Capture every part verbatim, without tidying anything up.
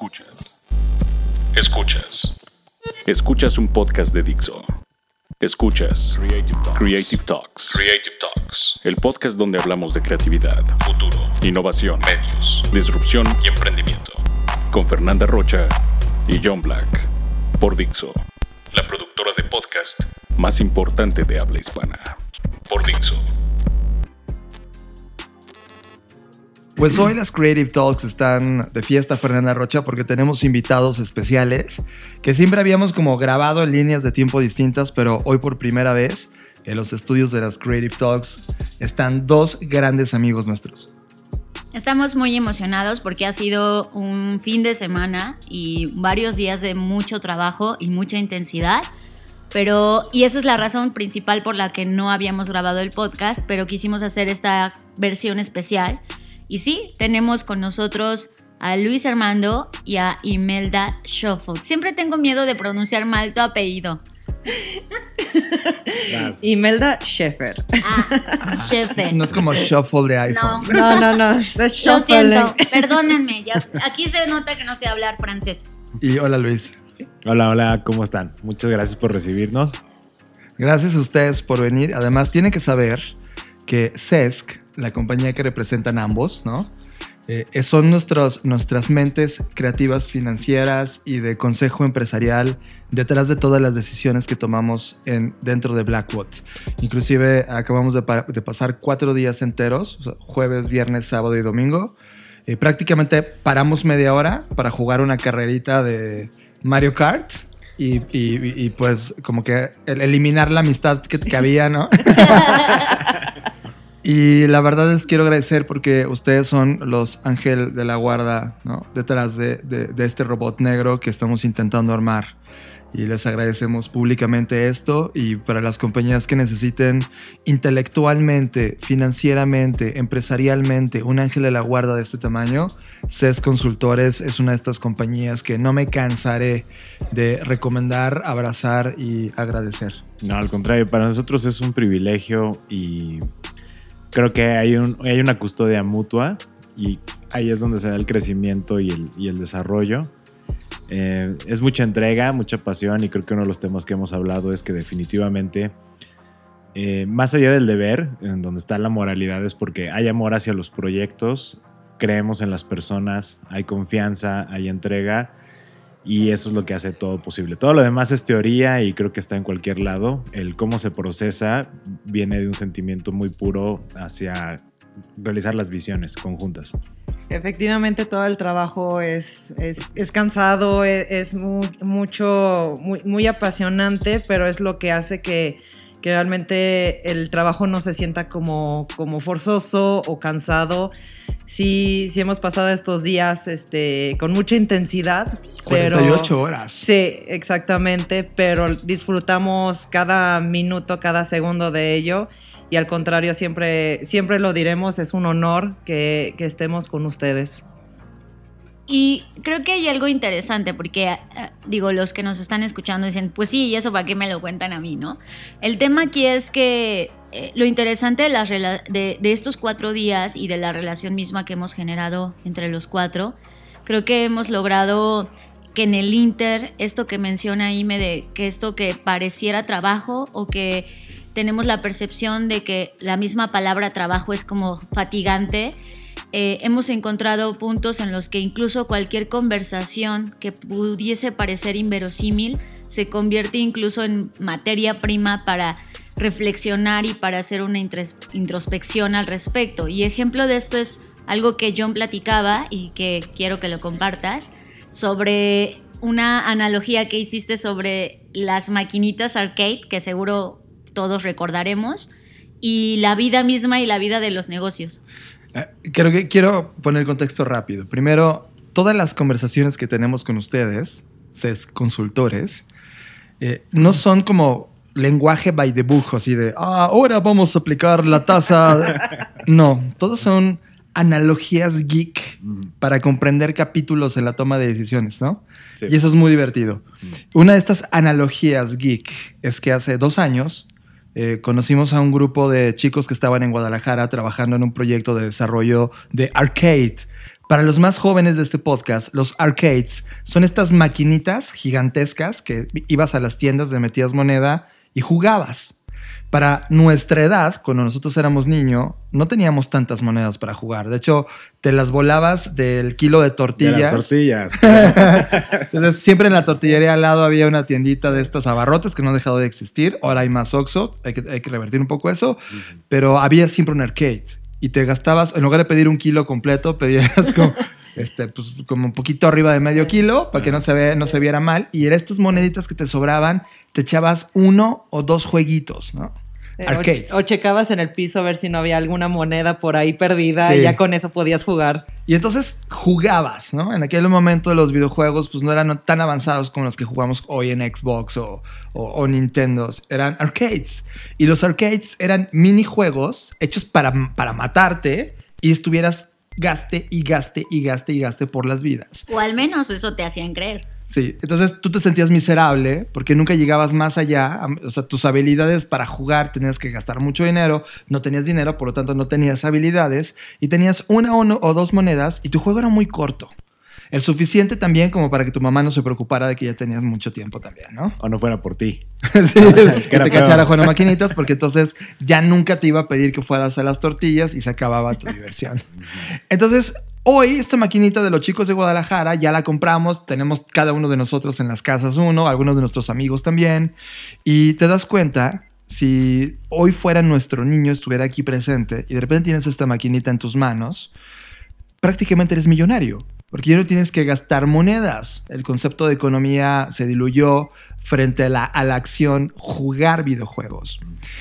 Escuchas. Escuchas. Escuchas un podcast de Dixo. Escuchas Creative Talks. Creative Talks. Creative Talks. El podcast donde hablamos de creatividad, futuro, innovación, medios, disrupción y emprendimiento. Con Fernanda Rocha y John Black. Por Dixo, la productora de podcast más importante de habla hispana. Por Dixo. Pues hoy las Creative Talks están de fiesta, Fernanda Rocha, porque tenemos invitados especiales que siempre habíamos como grabado en líneas de tiempo distintas, pero hoy por primera vez en los estudios de las Creative Talks están dos grandes amigos nuestros. Estamos muy emocionados porque ha sido un fin de semana y varios días de mucho trabajo y mucha intensidad, pero y esa es la razón principal por la que no habíamos grabado el podcast, pero quisimos hacer esta versión especial. Y sí, tenemos con nosotros a Luis Armando y a Imelda Schofield. Siempre tengo miedo de pronunciar mal tu apellido. Imelda Schaefer. Ah, Schaefer. No es como shuffle de iPhone. No, no, no. no. Lo siento, perdónenme. Ya, aquí se nota que no sé hablar francés. Y hola, Luis. Hola, hola, ¿cómo están? Muchas gracias por recibirnos. Gracias a ustedes por venir. Además, tienen que saber que Cesc, la compañía que representan ambos, ¿no? Eh, son nuestros, nuestras mentes creativas financieras y de consejo empresarial detrás de todas las decisiones que tomamos en, dentro de Blackwood. Inclusive acabamos de, pa- de pasar cuatro días enteros, o sea, jueves, viernes, sábado y domingo. Eh, prácticamente paramos media hora para jugar una carrerita de Mario Kart y, y, y pues como que el eliminar la amistad que, que había, ¿no? Y la verdad es que quiero agradecer porque ustedes son los ángeles de la guarda, ¿no? Detrás de, de, de este robot negro que estamos intentando armar. Y les agradecemos públicamente esto. Y para las compañías que necesiten intelectualmente, financieramente, empresarialmente un ángel de la guarda de este tamaño, Cesc Consultores es una de estas compañías que no me cansaré de recomendar, abrazar y agradecer. No, al contrario, para nosotros es un privilegio y creo que hay, un, hay una custodia mutua y ahí es donde se da el crecimiento y el, y el desarrollo. Eh, es mucha entrega, mucha pasión y creo que uno de los temas que hemos hablado es que definitivamente, eh, más allá del deber, en donde está la moralidad, es porque hay amor hacia los proyectos, creemos en las personas, hay confianza, hay entrega y eso es lo que hace todo posible. Todo lo demás es teoría y creo que está en cualquier lado. El cómo se procesa viene de un sentimiento muy puro hacia realizar las visiones conjuntas. Efectivamente, todo el trabajo es, es, es cansado, es, es muy, mucho, muy, muy apasionante, pero es lo que hace que, que realmente el trabajo no se sienta como, como forzoso o cansado. Sí, sí hemos pasado estos días este, con mucha intensidad. cuarenta y ocho horas. Sí, exactamente, pero disfrutamos cada minuto, cada segundo de ello. Y al contrario, siempre, siempre lo diremos, es un honor que, que estemos con ustedes. Y creo que hay algo interesante porque, eh, digo, los que nos están escuchando dicen, pues sí, ¿y eso para qué me lo cuentan a mí, no? El tema aquí es que eh, lo interesante de, las rela- de, de estos cuatro días y de la relación misma que hemos generado entre los cuatro, creo que hemos logrado que en el Inter, esto que menciona Ime, de que esto que pareciera trabajo o que tenemos la percepción de que la misma palabra trabajo es como fatigante, eh, hemos encontrado puntos en los que incluso cualquier conversación que pudiese parecer inverosímil se convierte incluso en materia prima para reflexionar y para hacer una introspección al respecto. Y ejemplo de esto es algo que John platicaba y que quiero que lo compartas, sobre una analogía que hiciste sobre las maquinitas arcade, que seguro todos recordaremos, y la vida misma y la vida de los negocios. Eh, creo que quiero poner contexto rápido. Primero, todas las conversaciones que tenemos con ustedes, Cesc Consultores, eh, no son como lenguaje by the book, así de, ah, ahora vamos a aplicar la tasa. De... No, todos son analogías geek para comprender capítulos en la toma de decisiones, ¿no? Sí. Y eso es muy divertido. Una de estas analogías geek es que hace dos años eh, conocimos a un grupo de chicos que estaban en Guadalajara trabajando en un proyecto de desarrollo de arcade Para los más jóvenes de este podcast, los arcades son estas maquinitas gigantescas que ibas a las tiendas, le metías moneda y jugabas. Para nuestra edad, cuando nosotros éramos niños, no teníamos tantas monedas para jugar. De hecho, te las volabas del kilo de tortillas. De las tortillas. Entonces, siempre en la tortillería al lado había una tiendita de estas abarrotes que no han dejado de existir. Ahora hay más Oxxo, hay que, hay que revertir un poco eso. Uh-huh. Pero había siempre un arcade. Y te gastabas, en lugar de pedir un kilo completo, pedías como, este, pues, como un poquito arriba de medio kilo para que no se, ve, no se viera mal. Y eran estas moneditas que te sobraban, te echabas uno o dos jueguitos, ¿no? Arcades. O, o checabas en el piso a ver si no había alguna moneda por ahí perdida, sí. Y ya con eso podías jugar. Y entonces jugabas, ¿no? En aquel momento los videojuegos pues no eran tan avanzados como los que jugamos hoy en Xbox o, o, o Nintendo. Eran arcades. Y los arcades eran minijuegos hechos para, para matarte y estuvieras gaste y gaste y gaste y gaste por las vidas. O al menos eso te hacían creer. Sí, entonces tú te sentías miserable porque nunca llegabas más allá. O sea, tus habilidades para jugar tenías que gastar mucho dinero, no tenías dinero, por lo tanto no tenías habilidades y tenías una o, no, o dos monedas y tu juego era muy corto. El suficiente también como para que tu mamá no se preocupara de que ya tenías mucho tiempo también, ¿no? O no fuera por ti. Sí, que te cachara jugando maquinitas porque entonces ya nunca te iba a pedir que fueras a las tortillas y se acababa tu diversión. Entonces, hoy esta maquinita de los chicos de Guadalajara ya la compramos, tenemos cada uno de nosotros en las casas uno, algunos de nuestros amigos también, y te das cuenta, si hoy fuera nuestro niño, estuviera aquí presente y de repente tienes esta maquinita en tus manos, prácticamente eres millonario. Porque ya no tienes que gastar monedas. El concepto de economía se diluyó frente a la, a la acción jugar videojuegos.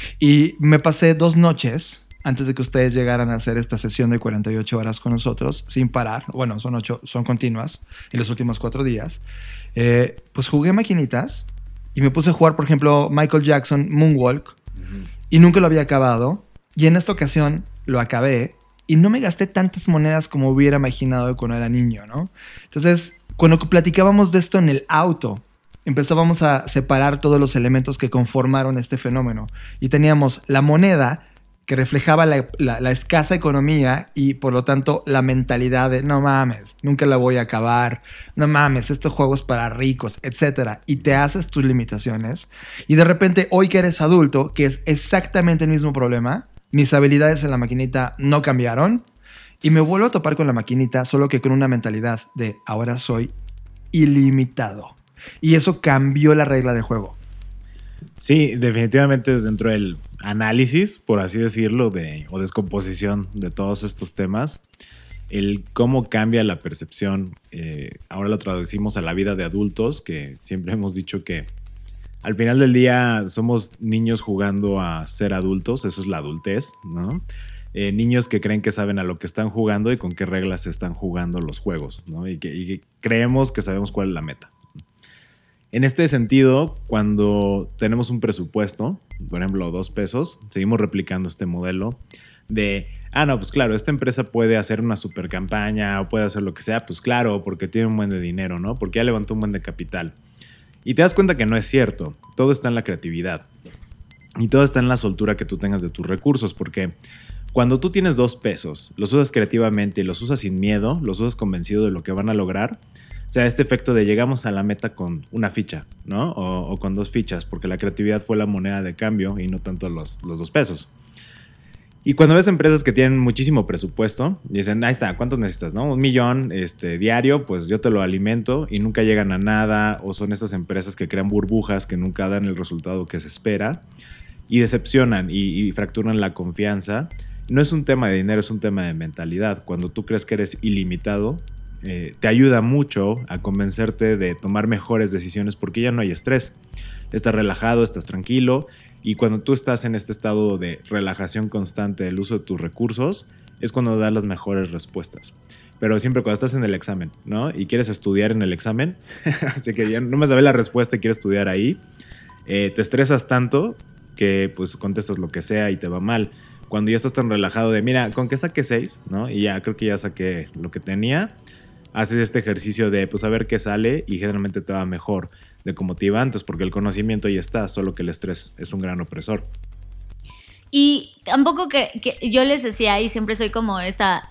Y me pasé dos noches antes de que ustedes llegaran a hacer esta sesión de cuarenta y ocho horas con nosotros, sin parar. Bueno, son ocho, son continuas en los últimos cuatro días. Eh, pues jugué maquinitas y me puse a jugar, por ejemplo, Michael Jackson Moonwalk. Uh-huh. Y nunca lo había acabado. Y en esta ocasión lo acabé. Y no me gasté tantas monedas como hubiera imaginado cuando era niño, ¿no? Entonces, cuando platicábamos de esto en el auto, empezábamos a separar todos los elementos que conformaron este fenómeno. Y teníamos la moneda que reflejaba la, la, la escasa economía y, por lo tanto, la mentalidad de no mames, nunca la voy a acabar, no mames, este juego es para ricos, etcétera. Y te haces tus limitaciones. Y de repente, hoy que eres adulto, que es exactamente el mismo problema, mis habilidades en la maquinita no cambiaron y me vuelvo a topar con la maquinita, solo que con una mentalidad de ahora soy ilimitado. Y eso cambió la regla de juego. Sí, definitivamente dentro del análisis, por así decirlo, de, o descomposición de todos estos temas, el cómo cambia la percepción, eh, ahora lo traducimos a la vida de adultos, que siempre hemos dicho que al final del día somos niños jugando a ser adultos, eso es la adultez, ¿no? Eh, niños que creen que saben a lo que están jugando y con qué reglas están jugando los juegos, ¿no? Y que, y que creemos que sabemos cuál es la meta. En este sentido, cuando tenemos un presupuesto, por ejemplo, dos pesos, seguimos replicando este modelo de, ah, no, pues claro, esta empresa puede hacer una super campaña o puede hacer lo que sea, pues claro, porque tiene un buen de dinero, ¿no? Porque ya levantó un buen de capital. Y te das cuenta que no es cierto. Todo está en la creatividad. Y todo está en la soltura que tú tengas de tus recursos. Porque cuando tú tienes dos pesos, los usas creativamente y los usas sin miedo, los usas convencido de lo que van a lograr. O sea, este efecto de llegamos a la meta con una ficha, ¿no? O, o con dos fichas, porque la creatividad fue la moneda de cambio y no tanto los, los dos pesos. Y cuando ves empresas que tienen muchísimo presupuesto, dicen, ahí está, ¿cuántos necesitas? ¿No? Un millón este, diario, pues yo te lo alimento y nunca llegan a nada, o son estas empresas que crean burbujas que nunca dan el resultado que se espera y decepcionan y, y fracturan la confianza. No es un tema de dinero, es un tema de mentalidad. Cuando tú crees que eres ilimitado, eh, te ayuda mucho a convencerte de tomar mejores decisiones porque ya no hay estrés. Estás relajado, estás tranquilo. Y cuando tú estás en este estado de relajación constante del uso de tus recursos, es cuando das las mejores respuestas. Pero siempre cuando estás en el examen, ¿no? Y quieres estudiar en el examen, así que ya no me sabes la respuesta y quiero estudiar ahí, eh, te estresas tanto que pues contestas lo que sea y te va mal. Cuando ya estás tan relajado de, mira, con que saqué seis, ¿no? Y ya creo que ya saqué lo que tenía, haces este ejercicio de pues a ver qué sale y generalmente te va mejor de como te iba antes, porque el conocimiento ahí está, solo que el estrés es un gran opresor. Y tampoco que, que yo les decía, y siempre soy como esta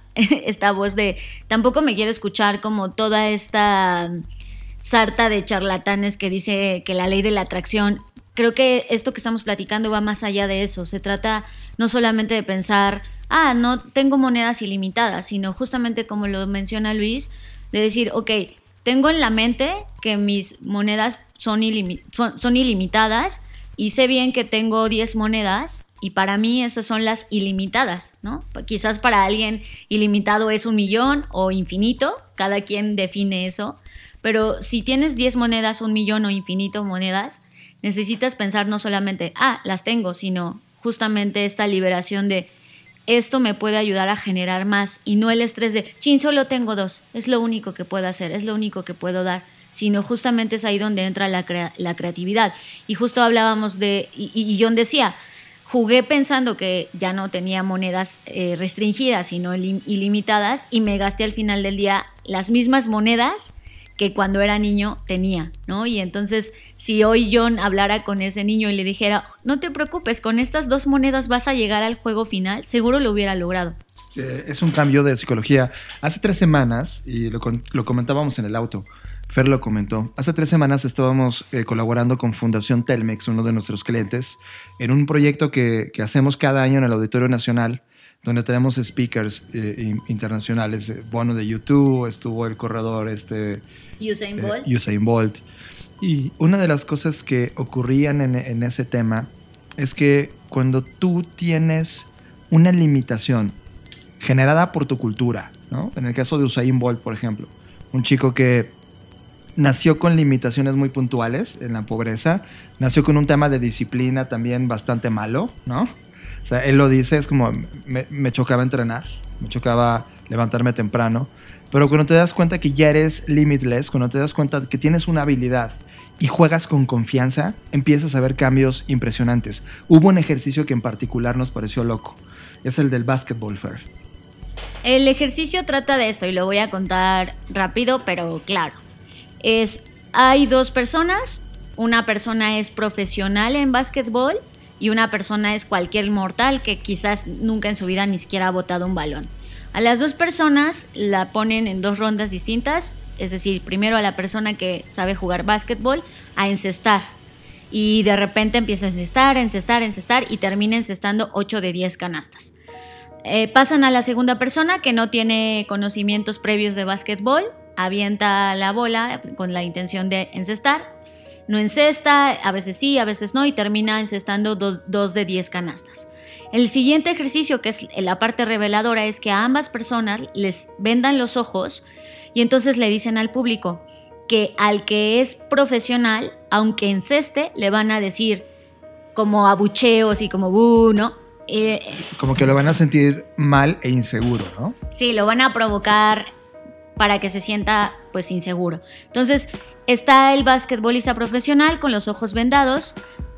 esta voz de tampoco me quiero escuchar como toda esta sarta de charlatanes que dice que la ley de la atracción. Creo que esto que estamos platicando va más allá de eso. Se trata no solamente de pensar, ah, no tengo monedas ilimitadas, sino justamente como lo menciona Luis, de decir, ok, tengo en la mente que mis monedas son, ilimi- son, son ilimitadas y sé bien que tengo diez monedas y para mí esas son las ilimitadas, ¿no? Quizás para alguien ilimitado es un millón o infinito, cada quien define eso, pero si tienes diez monedas, un millón o infinito monedas, necesitas pensar no solamente, ah, las tengo, sino justamente esta liberación de esto me puede ayudar a generar más y no el estrés de, chin, solo tengo dos, es lo único que puedo hacer, es lo único que puedo dar, sino justamente es ahí donde entra la, crea- la creatividad. Y justo hablábamos de, y, y John decía, jugué pensando que ya no tenía monedas eh, restringidas, sino ilim- ilimitadas y me gasté al final del día las mismas monedas que cuando era niño tenía, ¿no? Y entonces, si hoy John hablara con ese niño y le dijera, no te preocupes, con estas dos monedas vas a llegar al juego final, seguro lo hubiera logrado. Sí, es un cambio de psicología. Hace tres semanas, y lo, lo comentábamos en el auto, Fer lo comentó, hace tres semanas estábamos eh, colaborando con Fundación Telmex, uno de nuestros clientes, en un proyecto que, que hacemos cada año en el Auditorio Nacional, donde tenemos speakers eh, internacionales. Bueno, de YouTube, estuvo el corredor este, Usain Bolt. Eh, Usain Bolt. Y una de las cosas que ocurrían en, en ese tema es que cuando tú tienes una limitación generada por tu cultura, ¿no? En el caso de Usain Bolt, por ejemplo, un chico que nació con limitaciones muy puntuales en la pobreza, nació con un tema de disciplina también bastante malo, ¿no? O sea, él lo dice, es como, me, me chocaba entrenar, me chocaba levantarme temprano, pero cuando te das cuenta que ya eres limitless, cuando te das cuenta que tienes una habilidad y juegas con confianza, empiezas a ver cambios impresionantes. Hubo un ejercicio que en particular nos pareció loco, es el del básquetbol, Fer. El ejercicio trata de esto y lo voy a contar rápido, pero claro. Es, hay dos personas, una persona es profesional en básquetbol y una persona es cualquier mortal que quizás nunca en su vida ni siquiera ha botado un balón. A las dos personas la ponen en dos rondas distintas, es decir, primero a la persona que sabe jugar básquetbol a encestar y de repente empieza a encestar, encestar, encestar y termina encestando ocho de diez canastas. Eh, pasan a la segunda persona que no tiene conocimientos previos de básquetbol, avienta la bola con la intención de encestar, no encesta, a veces sí, a veces no, y termina encestando dos, dos de diez canastas. El siguiente ejercicio, que es la parte reveladora, es que a ambas personas les vendan los ojos y entonces le dicen al público que al que es profesional, aunque enceste, le van a decir como abucheos y como buh, ¿no? Eh, Como que lo van a sentir mal e inseguro, ¿no? Sí, lo van a provocar para que se sienta pues inseguro. Entonces está el basquetbolista profesional con los ojos vendados,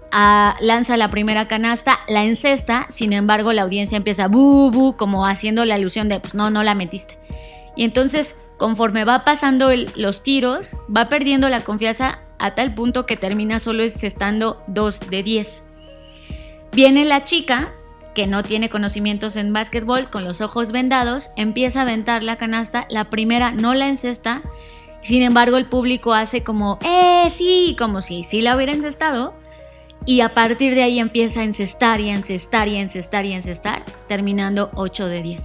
a, lanza la primera canasta, la encesta, sin embargo la audiencia empieza bu bu como haciendo la alusión de pues no, no la metiste. Y entonces conforme va pasando el, los tiros, va perdiendo la confianza a tal punto que termina solo encestando dos de diez. Viene la chica que no tiene conocimientos en básquetbol, con los ojos vendados, empieza a aventar la canasta, la primera no la encesta, sin embargo el público hace como, ¡eh, sí! Como si sí la hubiera encestado, y a partir de ahí empieza a encestar y a encestar y a encestar y a encestar, terminando ocho de diez.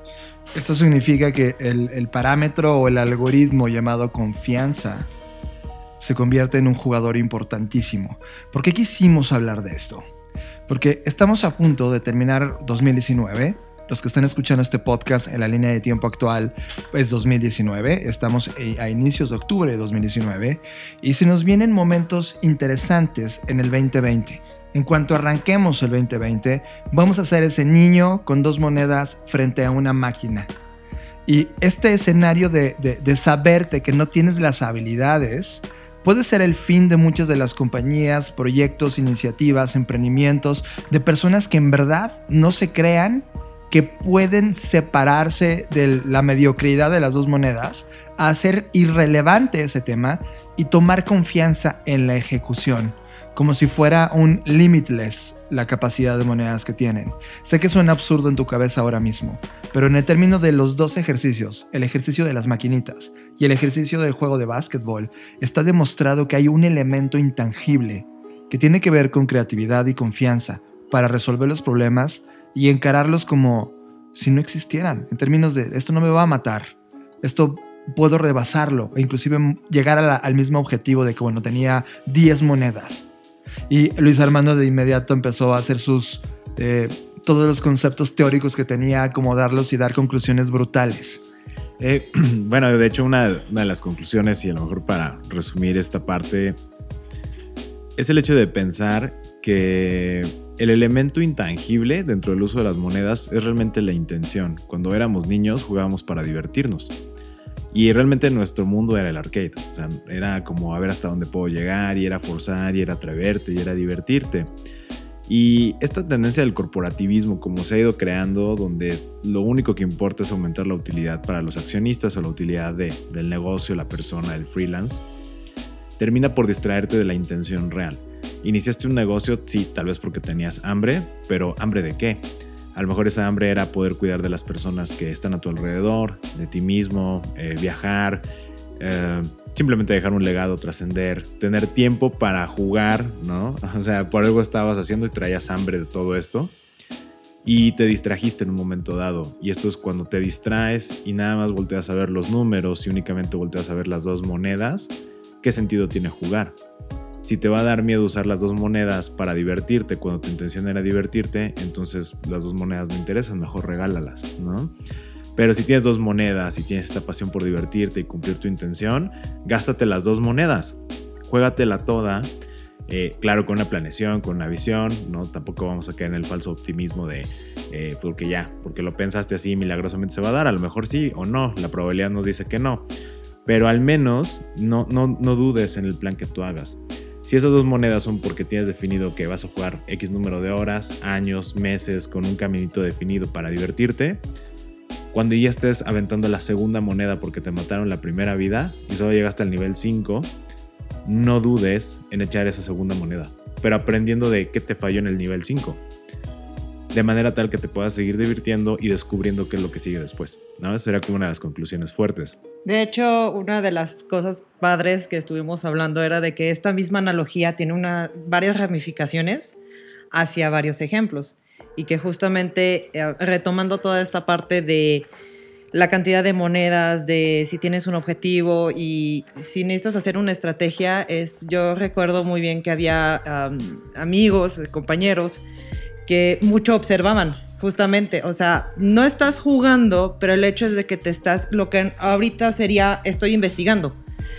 Esto significa que el, el parámetro o el algoritmo llamado confianza se convierte en un jugador importantísimo. ¿Por qué quisimos hablar de esto? Porque estamos a punto de terminar dos mil diecinueve. Los que están escuchando este podcast en la línea de tiempo actual es dos mil diecinueve. Estamos a inicios de octubre de dos mil diecinueve. Y se nos vienen momentos interesantes en el veinte veinte. En cuanto arranquemos el veinte veinte, vamos a ser ese niño con dos monedas frente a una máquina. Y este escenario de, de, de saberte que no tienes las habilidades puede ser el fin de muchas de las compañías, proyectos, iniciativas, emprendimientos, de personas que en verdad no se crean que pueden separarse de la mediocridad de las dos monedas, a hacer irrelevante ese tema y tomar confianza en la ejecución. como si fuera un limitless la capacidad de monedas que tienen. Sé que suena absurdo en tu cabeza ahora mismo, pero en el término de los dos ejercicios, el ejercicio de las maquinitas y el ejercicio del juego de básquetbol, está demostrado que hay un elemento intangible que tiene que ver con creatividad y confianza para resolver los problemas y encararlos como si no existieran, en términos de esto no me va a matar, esto puedo rebasarlo e inclusive llegar a la, al mismo objetivo de que bueno, tenía diez monedas. Y Luis Armando de inmediato empezó a hacer sus eh, todos los conceptos teóricos que tenía, acomodarlos y dar conclusiones brutales. Eh, bueno, de hecho una, una de las conclusiones, y a lo mejor para resumir esta parte, es el hecho de pensar que el elemento intangible dentro del uso de las monedas es realmente la intención. Cuando éramos niños jugábamos para divertirnos. Y realmente nuestro mundo era el arcade. O sea, era como a ver hasta dónde puedo llegar, y era forzar, y era atreverte, y era divertirte. Y esta tendencia del corporativismo, como se ha ido creando, donde lo único que importa es aumentar la utilidad para los accionistas o la utilidad de, del negocio, la persona, el freelance, termina por distraerte de la intención real. Iniciaste un negocio, sí, tal vez porque tenías hambre, pero ¿hambre de qué? A lo mejor esa hambre era poder cuidar de las personas que están a tu alrededor, de ti mismo, eh, viajar, eh, simplemente dejar un legado, trascender, tener tiempo para jugar, ¿no? O sea, por algo estabas haciendo y traías hambre de todo esto y te distrajiste en un momento dado. Y esto es cuando te distraes y nada más volteas a ver los números y únicamente volteas a ver las dos monedas. ¿Qué sentido tiene jugar? Si te va a dar miedo usar las dos monedas para divertirte cuando tu intención era divertirte, entonces las dos monedas no interesan, mejor regálalas, ¿no? Pero si tienes dos monedas y tienes esta pasión por divertirte y cumplir tu intención, gástate las dos monedas, juégatela toda, eh, claro, con una planeación, con una visión, ¿no? Tampoco vamos a caer en el falso optimismo de eh, porque ya, porque lo pensaste así milagrosamente se va a dar, a lo mejor sí o no, la probabilidad nos dice que no, pero al menos no, no, no dudes en el plan que tú hagas. Si esas dos monedas son porque tienes definido que vas a jugar X número de horas, años, meses, con un caminito definido para divertirte, cuando ya estés aventando la segunda moneda porque te mataron la primera vida y solo llegaste al nivel cinco, no dudes en echar esa segunda moneda, pero aprendiendo de qué te falló en el nivel cinco, de manera tal que te puedas seguir divirtiendo y descubriendo qué es lo que sigue después, ¿no? Esa sería como una de las conclusiones fuertes. De hecho, una de las cosas padres que estuvimos hablando era de que esta misma analogía tiene una, varias ramificaciones hacia varios ejemplos y que justamente eh, retomando toda esta parte de la cantidad de monedas, de si tienes un objetivo y si necesitas hacer una estrategia, es, yo recuerdo muy bien que había um, amigos, compañeros que mucho observaban. Justamente, o sea, no estás jugando, pero el hecho es de que te estás, lo que ahorita sería, estoy investigando.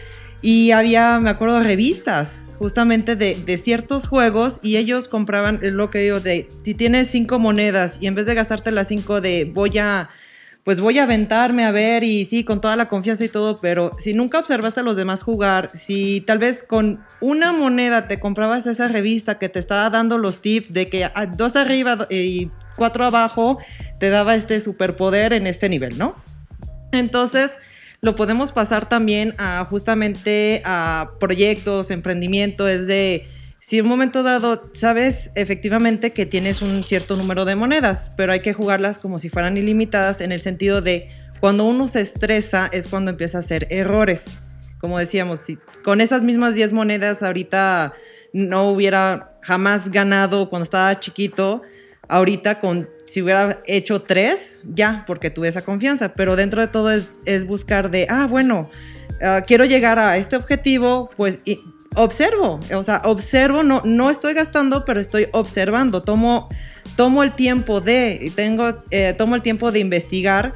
Y había, me acuerdo, revistas justamente de, de ciertos juegos y ellos compraban lo que digo de, si tienes cinco monedas y en vez de gastarte las cinco de voy a, pues voy a aventarme a ver y sí, con toda la confianza y todo, pero si nunca observaste a los demás jugar, si tal vez con una moneda te comprabas esa revista que te estaba dando los tips de que dos arriba y cuatro abajo te daba este superpoder en este nivel, ¿no? Entonces lo podemos pasar también a justamente a proyectos, emprendimiento, es de si en un momento dado sabes efectivamente que tienes un cierto número de monedas, pero hay que jugarlas como si fueran ilimitadas en el sentido de cuando uno se estresa es cuando empieza a hacer errores. Como decíamos, si con esas mismas diez monedas ahorita no hubiera jamás ganado cuando estaba chiquito, ahorita con, si hubiera hecho tres, ya, porque tuve esa confianza, pero dentro de todo es, es buscar de, ah, bueno, uh, quiero llegar a este objetivo, pues y, observo, o sea, observo, no, no estoy gastando, pero estoy observando, tomo, tomo el tiempo de, tengo, eh, tomo el tiempo de investigar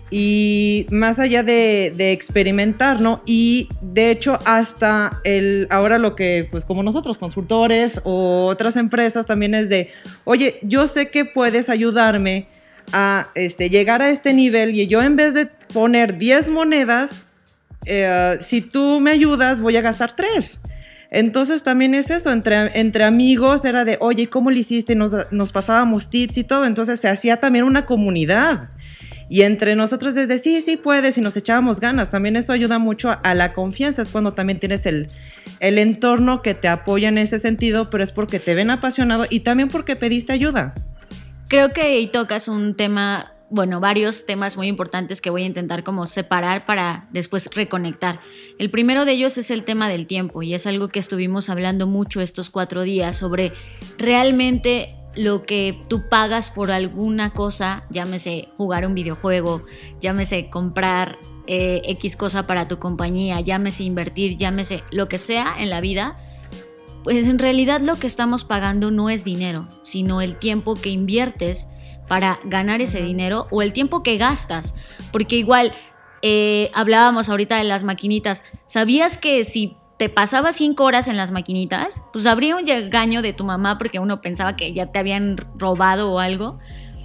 y más allá de, de experimentar, ¿no? Y de hecho hasta el, ahora lo que, pues como nosotros, consultores o otras empresas también es de, oye, yo sé que puedes ayudarme a este, llegar a este nivel y yo en vez de poner diez monedas, eh, si tú me ayudas voy a gastar tres. Entonces también es eso, entre, entre amigos era de, oye, ¿cómo lo hiciste? Nos, nos pasábamos tips y todo, entonces se hacía también una comunidad. Y entre nosotros desde sí, sí puedes y nos echábamos ganas. También eso ayuda mucho a, a la confianza. Es cuando también tienes el, el entorno que te apoya en ese sentido, pero es porque te ven apasionado y también porque pediste ayuda. Creo que ahí tocas un tema, bueno, varios temas muy importantes que voy a intentar como separar para después reconectar. El primero de ellos es el tema del tiempo y es algo que estuvimos hablando mucho estos cuatro días sobre realmente lo que tú pagas por alguna cosa, llámese jugar un videojuego, llámese comprar eh, X cosa para tu compañía, llámese invertir, llámese lo que sea en la vida, pues en realidad lo que estamos pagando no es dinero, sino el tiempo que inviertes para ganar ese dinero o el tiempo que gastas, porque igual eh, hablábamos ahorita de las maquinitas. ¿Sabías que si te pasabas cinco horas en las maquinitas, pues habría un regaño de tu mamá porque uno pensaba que ya te habían robado o algo?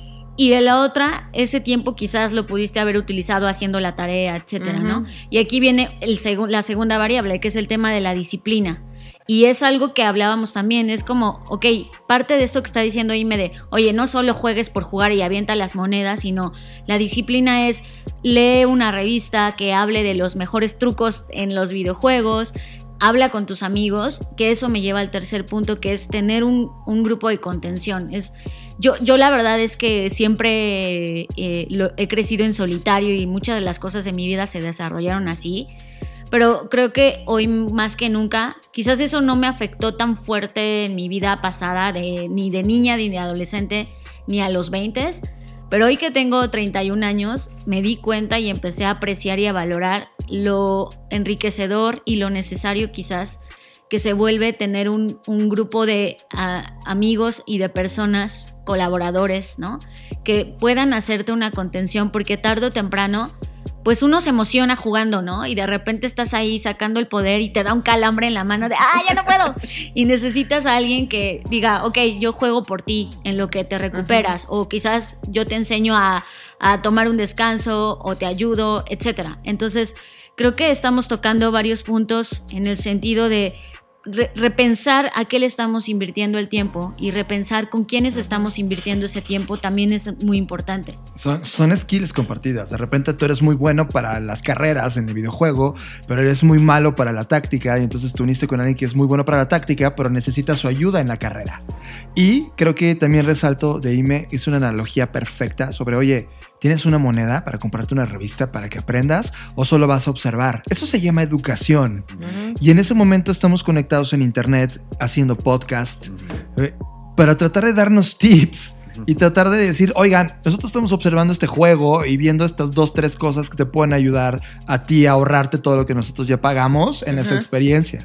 Y de la otra, ese tiempo quizás lo pudiste haber utilizado haciendo la tarea, etcétera, uh-huh. ¿no? Y aquí viene el seg- la segunda variable, que es el tema de la disciplina. Y es algo que hablábamos también, es como, ok, parte de esto que está diciendo Ime de, oye, no solo juegues por jugar y avienta las monedas, sino la disciplina es, lee una revista que hable de los mejores trucos en los videojuegos, habla con tus amigos, que eso me lleva al tercer punto, que es tener un, un grupo de contención. Es, yo, yo la verdad es que siempre eh, lo, he crecido en solitario y muchas de las cosas de mi vida se desarrollaron así. Pero creo que hoy más que nunca, quizás eso no me afectó tan fuerte en mi vida pasada, de, ni de niña, ni de adolescente, ni a los veinte. Pero hoy que tengo treinta y un años, me di cuenta y empecé a apreciar y a valorar lo enriquecedor y lo necesario quizás que se vuelve tener un, un grupo de uh, amigos y de personas, colaboradores, ¿no? Que puedan hacerte una contención, porque tarde o temprano pues uno se emociona jugando, ¿no? Y de repente estás ahí sacando el poder y te da un calambre en la mano de ¡ah, ya no puedo! Y necesitas a alguien que diga, ok, yo juego por ti en lo que te recuperas. Uh-huh. O quizás yo te enseño a, a tomar un descanso o te ayudo, etcétera. Entonces, creo que estamos tocando varios puntos en el sentido de Re- repensar a qué le estamos invirtiendo el tiempo y repensar con quiénes estamos invirtiendo ese tiempo también es muy importante. Son, son skills compartidas. De repente tú eres muy bueno para las carreras en el videojuego, pero eres muy malo para la táctica, y entonces te uniste con alguien que es muy bueno para la táctica, pero necesita su ayuda en la carrera. Y creo que también resalto de Ime, es una analogía perfecta sobre, oye, ¿tienes una moneda para comprarte una revista para que aprendas o solo vas a observar? Eso se llama educación. Uh-huh. Y en ese momento estamos conectados en internet haciendo podcast uh-huh. eh, para tratar de darnos tips uh-huh. y tratar de decir, oigan, nosotros estamos observando este juego y viendo estas dos, tres cosas que te pueden ayudar a ti a ahorrarte todo lo que nosotros ya pagamos en uh-huh. esa experiencia.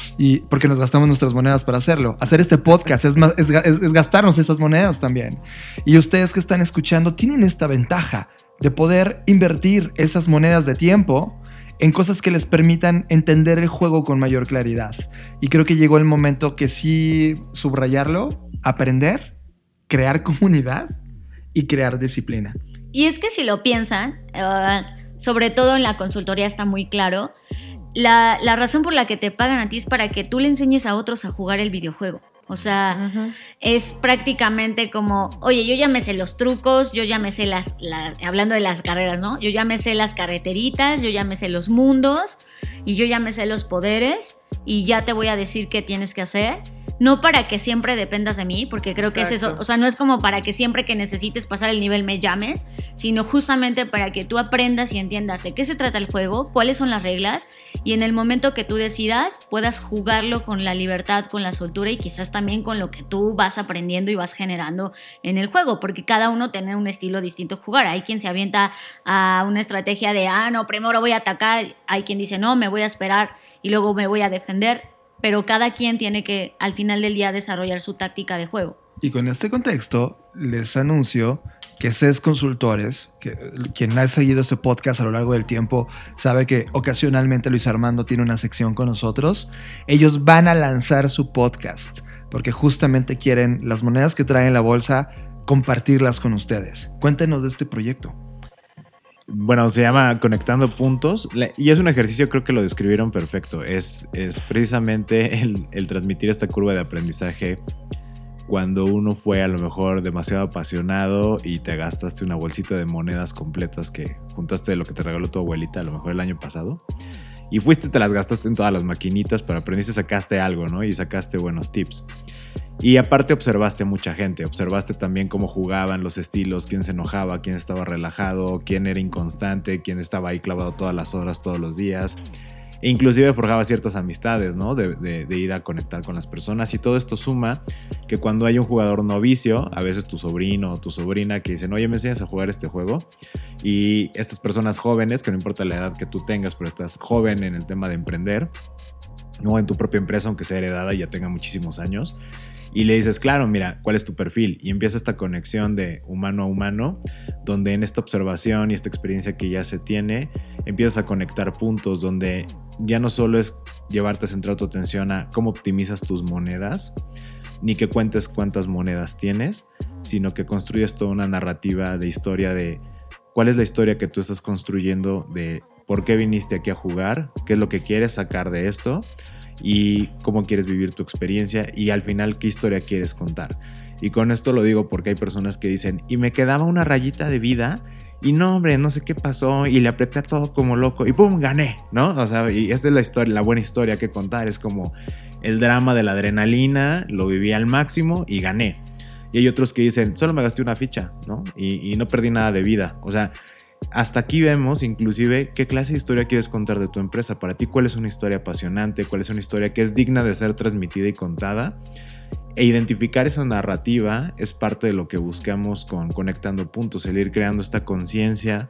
Y porque nos gastamos nuestras monedas para hacerlo. Hacer este podcast es, más, es, es, es gastarnos esas monedas también. Y ustedes que están escuchando tienen esta ventaja de poder invertir esas monedas de tiempo en cosas que les permitan entender el juego con mayor claridad. Y creo que llegó el momento que sí subrayarlo, aprender, crear comunidad y crear disciplina. Y es que si lo piensan, uh, sobre todo en la consultoría está muy claro, La, la razón por la que te pagan a ti es para que tú le enseñes a otros a jugar el videojuego. O sea, uh-huh. es prácticamente como, oye, yo ya me sé los trucos, yo ya me sé las, la, hablando de las carreras, ¿no? Yo ya me sé las carreteritas, yo ya me sé los mundos y yo ya me sé los poderes y ya te voy a decir qué tienes que hacer. No para que siempre dependas de mí, porque creo Exacto. que es eso. O sea, no es como para que siempre que necesites pasar el nivel me llames, sino justamente para que tú aprendas y entiendas de qué se trata el juego, cuáles son las reglas, y en el momento que tú decidas puedas jugarlo con la libertad, con la soltura y quizás también con lo que tú vas aprendiendo y vas generando en el juego, porque cada uno tiene un estilo distinto de jugar. Hay quien se avienta a una estrategia de, ah, no, primero voy a atacar. Hay quien dice, no, me voy a esperar y luego me voy a defender. Pero cada quien tiene que, al final del día, desarrollar su táctica de juego. Y con este contexto, les anuncio que C E S Consultores, que quien ha seguido este podcast a lo largo del tiempo, sabe que ocasionalmente Luis Armando tiene una sección con nosotros. Ellos van a lanzar su podcast, porque justamente quieren las monedas que traen en la bolsa, compartirlas con ustedes. Cuéntenos de este proyecto. Bueno, se llama Conectando Puntos y es un ejercicio, creo que lo describieron perfecto. Es, es precisamente el, el transmitir esta curva de aprendizaje cuando uno fue a lo mejor demasiado apasionado y te gastaste una bolsita de monedas completas que juntaste de lo que te regaló tu abuelita a lo mejor el año pasado. Y fuiste y te las gastaste en todas las maquinitas, pero aprendiste, sacaste algo, ¿no? Y sacaste buenos tips. Y aparte observaste a mucha gente, observaste también cómo jugaban, los estilos, quién se enojaba, quién estaba relajado, quién era inconstante, quién estaba ahí clavado todas las horas, todos los días. E inclusive forjaba ciertas amistades, ¿no? De, de, de ir a conectar con las personas. Y todo esto suma que cuando hay un jugador novicio, a veces tu sobrino o tu sobrina que dicen, oye, ¿me enseñas a jugar este juego? Y estas personas jóvenes, que no importa la edad que tú tengas, pero estás joven en el tema de emprender, o en tu propia empresa, aunque sea heredada y ya tenga muchísimos años, y le dices, claro, mira, ¿cuál es tu perfil? Y empieza esta conexión de humano a humano, donde en esta observación y esta experiencia que ya se tiene, empiezas a conectar puntos donde ya no solo es llevarte a centrar tu atención a cómo optimizas tus monedas, ni que cuentes cuántas monedas tienes, sino que construyes toda una narrativa de historia de cuál es la historia que tú estás construyendo de por qué viniste aquí a jugar, qué es lo que quieres sacar de esto, y cómo quieres vivir tu experiencia y al final qué historia quieres contar. Y con esto lo digo porque hay personas que dicen, y me quedaba una rayita de vida y no, hombre, no sé qué pasó y le apreté a todo como loco y ¡pum! Gané, ¿no? O sea, y esa es la historia, la buena historia que contar, es como el drama de la adrenalina, lo viví al máximo y gané. Y hay otros que dicen, solo me gasté una ficha, ¿no? Y, y no perdí nada de vida. O sea, hasta aquí vemos inclusive qué clase de historia quieres contar de tu empresa. Para ti, ¿cuál es una historia apasionante? ¿Cuál es una historia que es digna de ser transmitida y contada? E identificar esa narrativa es parte de lo que buscamos con Conectando Puntos, el ir creando esta conciencia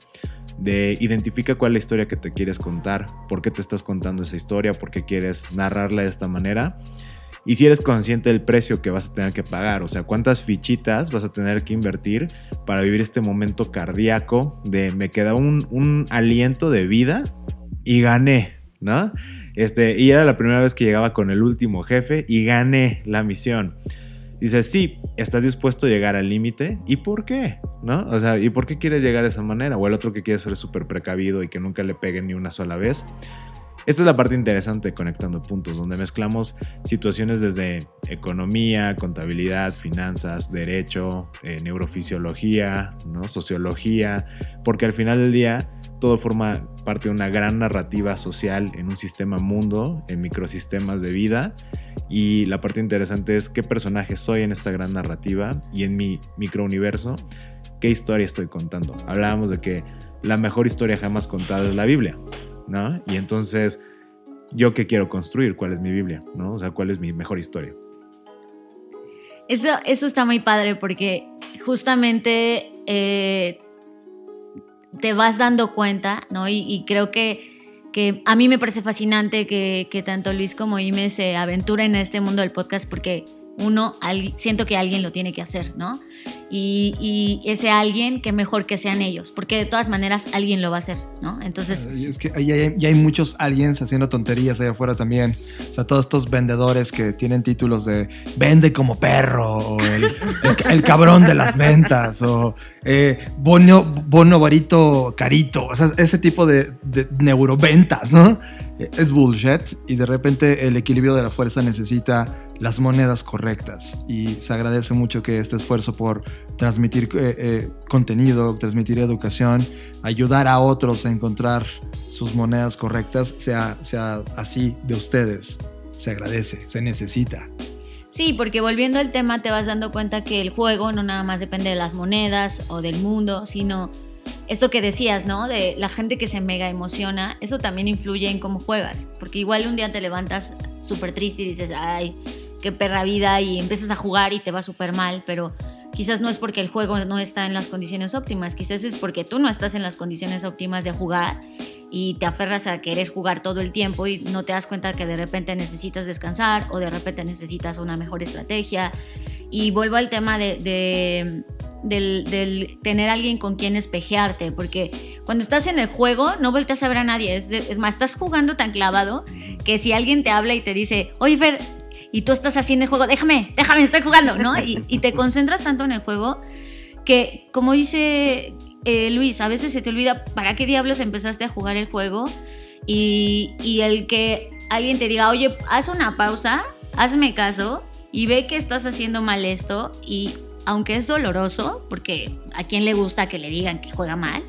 de identifica cuál es la historia que te quieres contar, por qué te estás contando esa historia, por qué quieres narrarla de esta manera. Y si eres consciente del precio que vas a tener que pagar, o sea, cuántas fichitas vas a tener que invertir para vivir este momento cardíaco de me queda un, un aliento de vida y gané, ¿no? Este, y era la primera vez que llegaba con el último jefe y gané la misión. Dices, sí, estás dispuesto a llegar al límite. ¿Y por qué? ¿No? O sea, ¿y por qué quieres llegar de esa manera? O el otro que quiere ser súper precavido y que nunca le peguen ni una sola vez. Esta es la parte interesante de Conectando Puntos, donde mezclamos situaciones desde economía, contabilidad, finanzas, derecho, eh, neurofisiología, ¿no? Sociología, porque al final del día todo forma parte de una gran narrativa social en un sistema mundo, en microsistemas de vida. Y la parte interesante es qué personaje soy en esta gran narrativa y en mi microuniverso, qué historia estoy contando. Hablábamos de que la mejor historia jamás contada es la Biblia, ¿no? Y entonces, ¿yo qué quiero construir? ¿Cuál es mi Biblia? ¿No? O sea, ¿cuál es mi mejor historia? Eso, eso está muy padre porque justamente eh, te vas dando cuenta, ¿no? Y, y creo que, que a mí me parece fascinante que, que tanto Luis como Ime se aventuren en este mundo del podcast porque uno, al, siento que alguien lo tiene que hacer, ¿no? Y, y ese alguien, que mejor que sean ellos, porque de todas maneras alguien lo va a hacer, ¿no? Entonces... Es que ya hay, ya hay muchos aliens haciendo tonterías allá afuera también. O sea, todos estos vendedores que tienen títulos de vende como perro, o el, el, el cabrón de las ventas, o eh, bono, bono varito carito. O sea, ese tipo de, de neuroventas, ¿no? Es bullshit y de repente el equilibrio de la fuerza necesita las monedas correctas y se agradece mucho que este esfuerzo por transmitir eh, eh, contenido, transmitir educación, ayudar a otros a encontrar sus monedas correctas sea, sea así de ustedes. Se agradece, se necesita. Sí, porque volviendo al tema te vas dando cuenta que el juego no nada más depende de las monedas o del mundo, sino esto que decías, ¿no? De la gente que se mega emociona, eso también influye en cómo juegas, porque igual un día te levantas súper triste y dices, ay, qué perra vida, y empiezas a jugar y te va súper mal, pero quizás no es porque el juego no está en las condiciones óptimas, quizás es porque tú no estás en las condiciones óptimas de jugar y te aferras a querer jugar todo el tiempo y no te das cuenta que de repente necesitas descansar o de repente necesitas una mejor estrategia. Y vuelvo al tema de, de, del, del tener a alguien con quien espejearte, porque cuando estás en el juego no volteas a ver a nadie, es, de, es más, estás jugando tan clavado que si alguien te habla y te dice, oye Fer, y tú estás así en el juego, déjame, déjame, estoy jugando, ¿no? Y, y te concentras tanto en el juego que, como dice eh, Luis, a veces se te olvida para qué diablos empezaste a jugar el juego y, y el que alguien te diga, oye, haz una pausa, hazme caso y ve que estás haciendo mal esto, y aunque es doloroso, porque a quién le gusta que le digan que juega mal,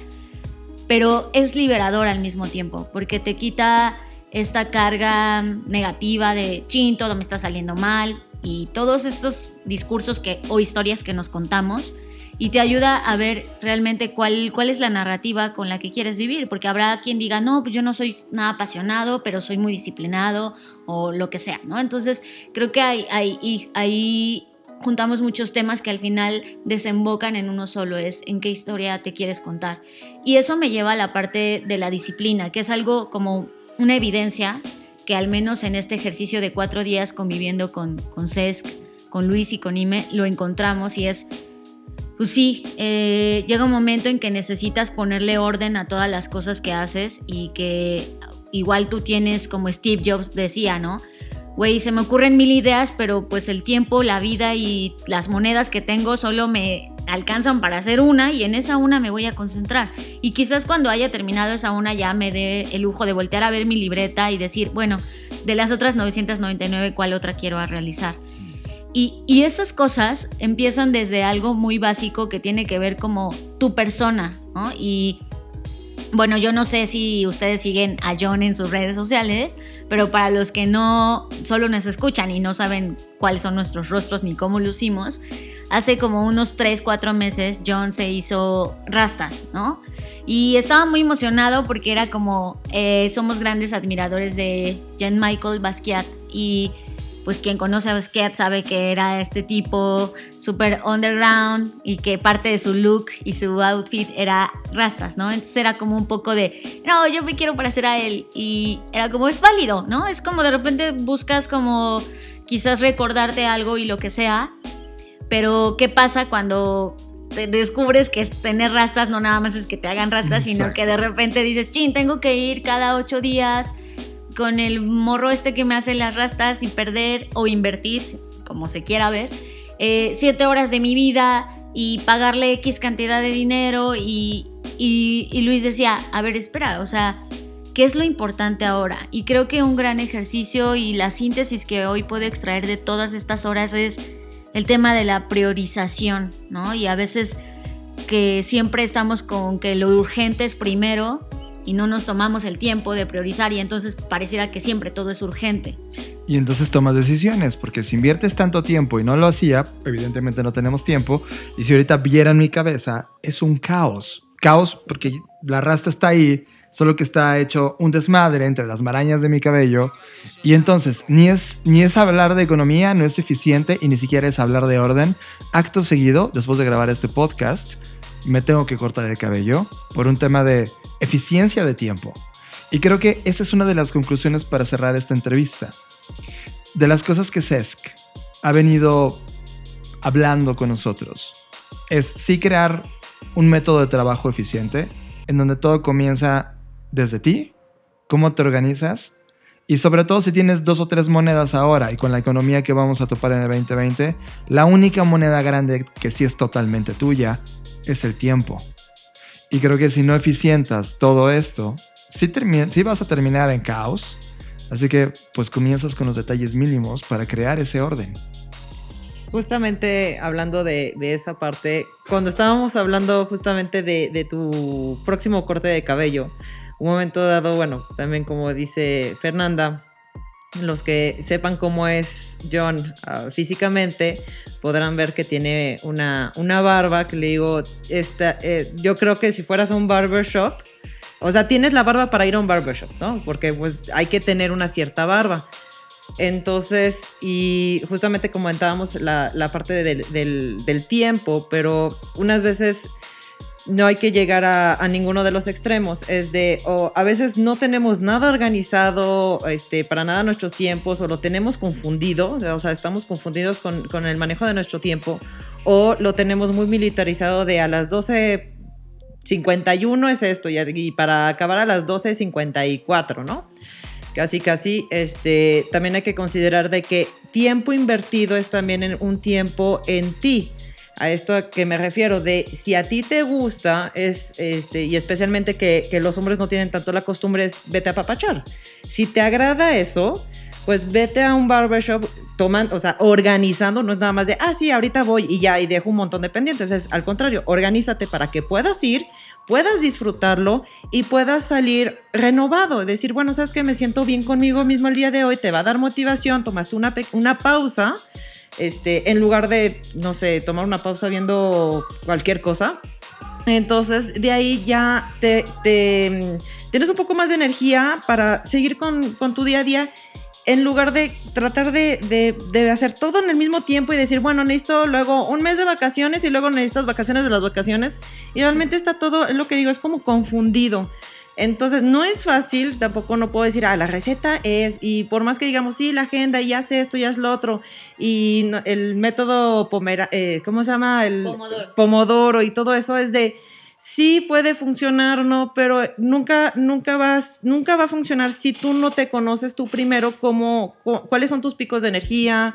pero es liberador al mismo tiempo, porque te quita esta carga negativa de chin, todo me está saliendo mal, y todos estos discursos que, o historias que nos contamos, y te ayuda a ver realmente cuál, cuál es la narrativa con la que quieres vivir, porque habrá quien diga, no, pues yo no soy nada apasionado, pero soy muy disciplinado, o lo que sea, ¿no? Entonces creo que hay, hay, hay juntamos muchos temas que al final desembocan en uno solo, es en qué historia te quieres contar. Y eso me lleva a la parte de la disciplina, que es algo como una evidencia que al menos en este ejercicio de cuatro días conviviendo con, con Cesc, con Luis y con Ime, lo encontramos, y es, pues sí, eh, llega un momento en que necesitas ponerle orden a todas las cosas que haces, y que igual tú tienes, como Steve Jobs decía, ¿no? Güey, se me ocurren mil ideas, pero pues el tiempo, la vida y las monedas que tengo solo me alcanzan para hacer una, y en esa una me voy a concentrar. Y quizás cuando haya terminado esa una ya me dé el lujo de voltear a ver mi libreta y decir, bueno, de las otras novecientas noventa y nueve, ¿cuál otra quiero realizar? Y, y esas cosas empiezan desde algo muy básico que tiene que ver como tu persona, ¿no? Y bueno, yo no sé si ustedes siguen a John en sus redes sociales, pero para los que no, solo nos escuchan y no saben cuáles son nuestros rostros ni cómo lucimos, hace como unos tres, cuatro meses John se hizo rastas, ¿no? Y estaba muy emocionado porque era como, eh, somos grandes admiradores de Jean-Michel Basquiat, y pues quien conoce a Basquiat sabe que era este tipo súper underground, y que parte de su look y su outfit era rastas, ¿no? Entonces era como un poco de, no, yo me quiero parecer a él, y era como, es válido, ¿no? Es como de repente buscas como quizás recordarte algo y lo que sea, pero ¿qué pasa cuando te descubres que tener rastas no nada más es que te hagan rastas, Exacto. sino que de repente dices, chin, tengo que ir cada ocho días con el morro este que me hace las rastas y perder o invertir, como se quiera ver, eh, siete horas de mi vida y pagarle X cantidad de dinero, y, y, y Luis decía, a ver, espera, o sea, ¿qué es lo importante ahora? Y creo que un gran ejercicio y la síntesis que hoy puedo extraer de todas estas horas es el tema de la priorización, ¿no? Y a veces que siempre estamos con que lo urgente es primero, y no nos tomamos el tiempo de priorizar, y entonces pareciera que siempre todo es urgente. Y entonces tomas decisiones, porque si inviertes tanto tiempo y no lo hacía, evidentemente no tenemos tiempo, y si ahorita vieran mi cabeza, es un caos. Caos porque la rasta está ahí, solo que está hecho un desmadre entre las marañas de mi cabello, y entonces ni es, ni es hablar de economía, no es eficiente, y ni siquiera es hablar de orden. Acto seguido, después de grabar este podcast, me tengo que cortar el cabello por un tema de eficiencia de tiempo. Y creo que esa es una de las conclusiones para cerrar esta entrevista. De las cosas que Cesc ha venido hablando con nosotros es sí crear un método de trabajo eficiente en donde todo comienza desde ti, cómo te organizas, y sobre todo si tienes dos o tres monedas ahora, y con la economía que vamos a topar en el veinte veinte, la única moneda grande que sí es totalmente tuya es el tiempo. Y creo que si no eficientas todo esto, sí, termi- sí vas a terminar en caos. Así que pues comienzas con los detalles mínimos para crear ese orden. Justamente hablando de, de esa parte, cuando estábamos hablando justamente de, de tu próximo corte de cabello, un momento dado, bueno, también como dice Fernanda, los que sepan cómo es John uh, físicamente podrán ver que tiene una, una barba que le digo, esta, eh, yo creo que si fueras a un barbershop, o sea, tienes la barba para ir a un barbershop, ¿no? Porque pues hay que tener una cierta barba. Entonces, y justamente comentábamos la, la parte del, del, del tiempo, pero unas veces no hay que llegar a, a ninguno de los extremos. Es de, o a veces no tenemos nada organizado, este, para nada nuestros tiempos, o lo tenemos confundido, o sea, estamos confundidos con, con el manejo de nuestro tiempo, o lo tenemos muy militarizado de a las doce cincuenta y uno es esto, y, y para acabar a las doce cincuenta y cuatro, ¿no? Casi, casi, este, también hay que considerar de que tiempo invertido es también en un tiempo en ti. A esto a que me refiero, de si a ti te gusta, es, este, y especialmente que, que los hombres no tienen tanto la costumbre, es vete a apapachar. Si te agrada eso, pues vete a un barbershop tomando, o sea, organizando, no es nada más de, ah, sí, ahorita voy y ya, y dejo un montón de pendientes. Es al contrario, organízate para que puedas ir, puedas disfrutarlo y puedas salir renovado. Decir, bueno, sabes que me siento bien conmigo mismo el día de hoy, te va a dar motivación, tomaste una, una pausa, este, en lugar de, no sé, tomar una pausa viendo cualquier cosa. Entonces, de ahí ya te, te tienes un poco más de energía para seguir con, con tu día a día, en lugar de tratar de, de, de hacer todo en el mismo tiempo y decir, bueno, necesito luego un mes de vacaciones y luego necesitas vacaciones de las vacaciones. Y realmente está todo, es lo que digo, es como confundido. Entonces, no es fácil, tampoco no puedo decir, ah, la receta es, y por más que digamos, sí, la agenda, y haz esto, y haz lo otro, y no, el método Pomera, eh, ¿cómo se llama? El Pomodoro. Pomodoro y todo eso es de, sí puede funcionar, ¿no? Pero nunca, nunca vas, nunca va a funcionar si tú no te conoces tú primero cómo, cuáles son tus picos de energía,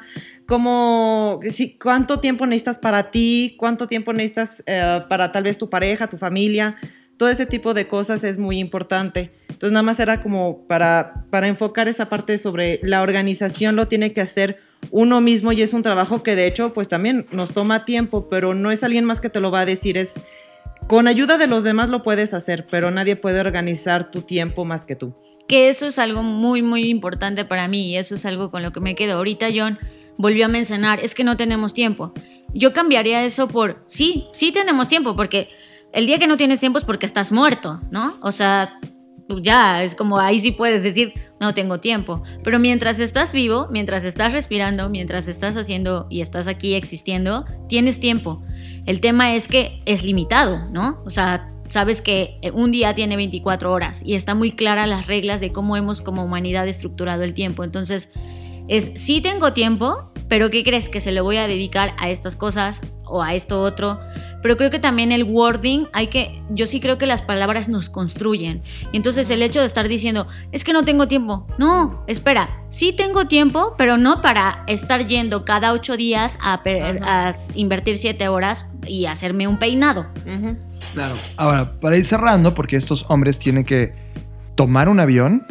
cómo, si, cuánto tiempo necesitas para ti, cuánto tiempo necesitas eh, para tal vez tu pareja, tu familia. Todo ese tipo de cosas es muy importante. Entonces nada más era como para, para enfocar esa parte sobre la organización, lo tiene que hacer uno mismo y es un trabajo que de hecho pues también nos toma tiempo, pero no es alguien más que te lo va a decir, es con ayuda de los demás lo puedes hacer, pero nadie puede organizar tu tiempo más que tú. Que eso es algo muy, muy importante para mí y eso es algo con lo que me quedo. Ahorita John volvió a mencionar, es que no tenemos tiempo. Yo cambiaría eso por, sí, sí tenemos tiempo, porque el día que no tienes tiempo es porque estás muerto, ¿no? O sea, ya, es como ahí sí puedes decir, no tengo tiempo. Pero mientras estás vivo, mientras estás respirando, mientras estás haciendo y estás aquí existiendo, tienes tiempo. El tema es que es limitado, ¿no? O sea, sabes que un día tiene veinticuatro horas y está muy clara las reglas de cómo hemos como humanidad estructurado el tiempo. Entonces, es, sí tengo tiempo, pero ¿qué crees? Que se lo voy a dedicar a estas cosas o a esto otro. Pero creo que también el wording, hay que, yo sí creo que las palabras nos construyen. Y entonces el hecho de estar diciendo, es que no tengo tiempo. No, espera, sí tengo tiempo, pero no para estar yendo cada ocho días a, per, a invertir siete horas y hacerme un peinado. Uh-huh. Claro. Ahora, para ir cerrando, porque estos hombres tienen que tomar un avión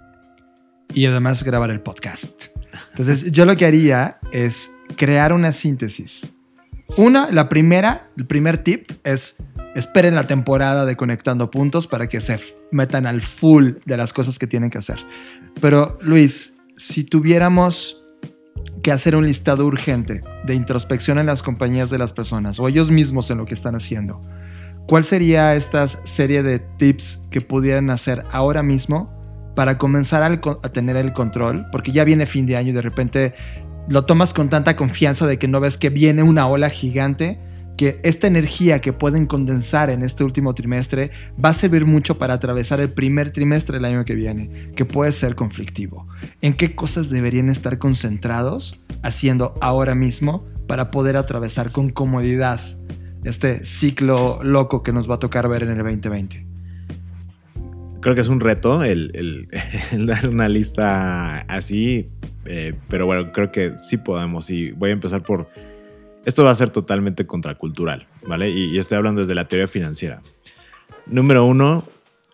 y además grabar el podcast. Entonces, yo lo que haría es crear una síntesis. Una, la primera, el primer tip es esperen la temporada de Conectando Puntos para que se metan al full de las cosas que tienen que hacer. Pero, Luis, si tuviéramos que hacer un listado urgente de introspección en las compañías de las personas o ellos mismos en lo que están haciendo, ¿cuál sería esta serie de tips que pudieran hacer ahora mismo para comenzar a, a tener el control? Porque ya viene fin de año y de repente lo tomas con tanta confianza de que no ves que viene una ola gigante, que esta energía que pueden condensar en este último trimestre va a servir mucho para atravesar el primer trimestre del año que viene, que puede ser conflictivo. ¿En qué cosas deberían estar concentrados haciendo ahora mismo para poder atravesar con comodidad este ciclo loco que nos va a tocar ver en el veinte veinte? Creo que es un reto el, el, el dar una lista así, eh, pero bueno, creo que sí podemos. Y voy a empezar por... Esto va a ser totalmente contracultural, ¿vale? Y, y estoy hablando desde la teoría financiera. Número uno,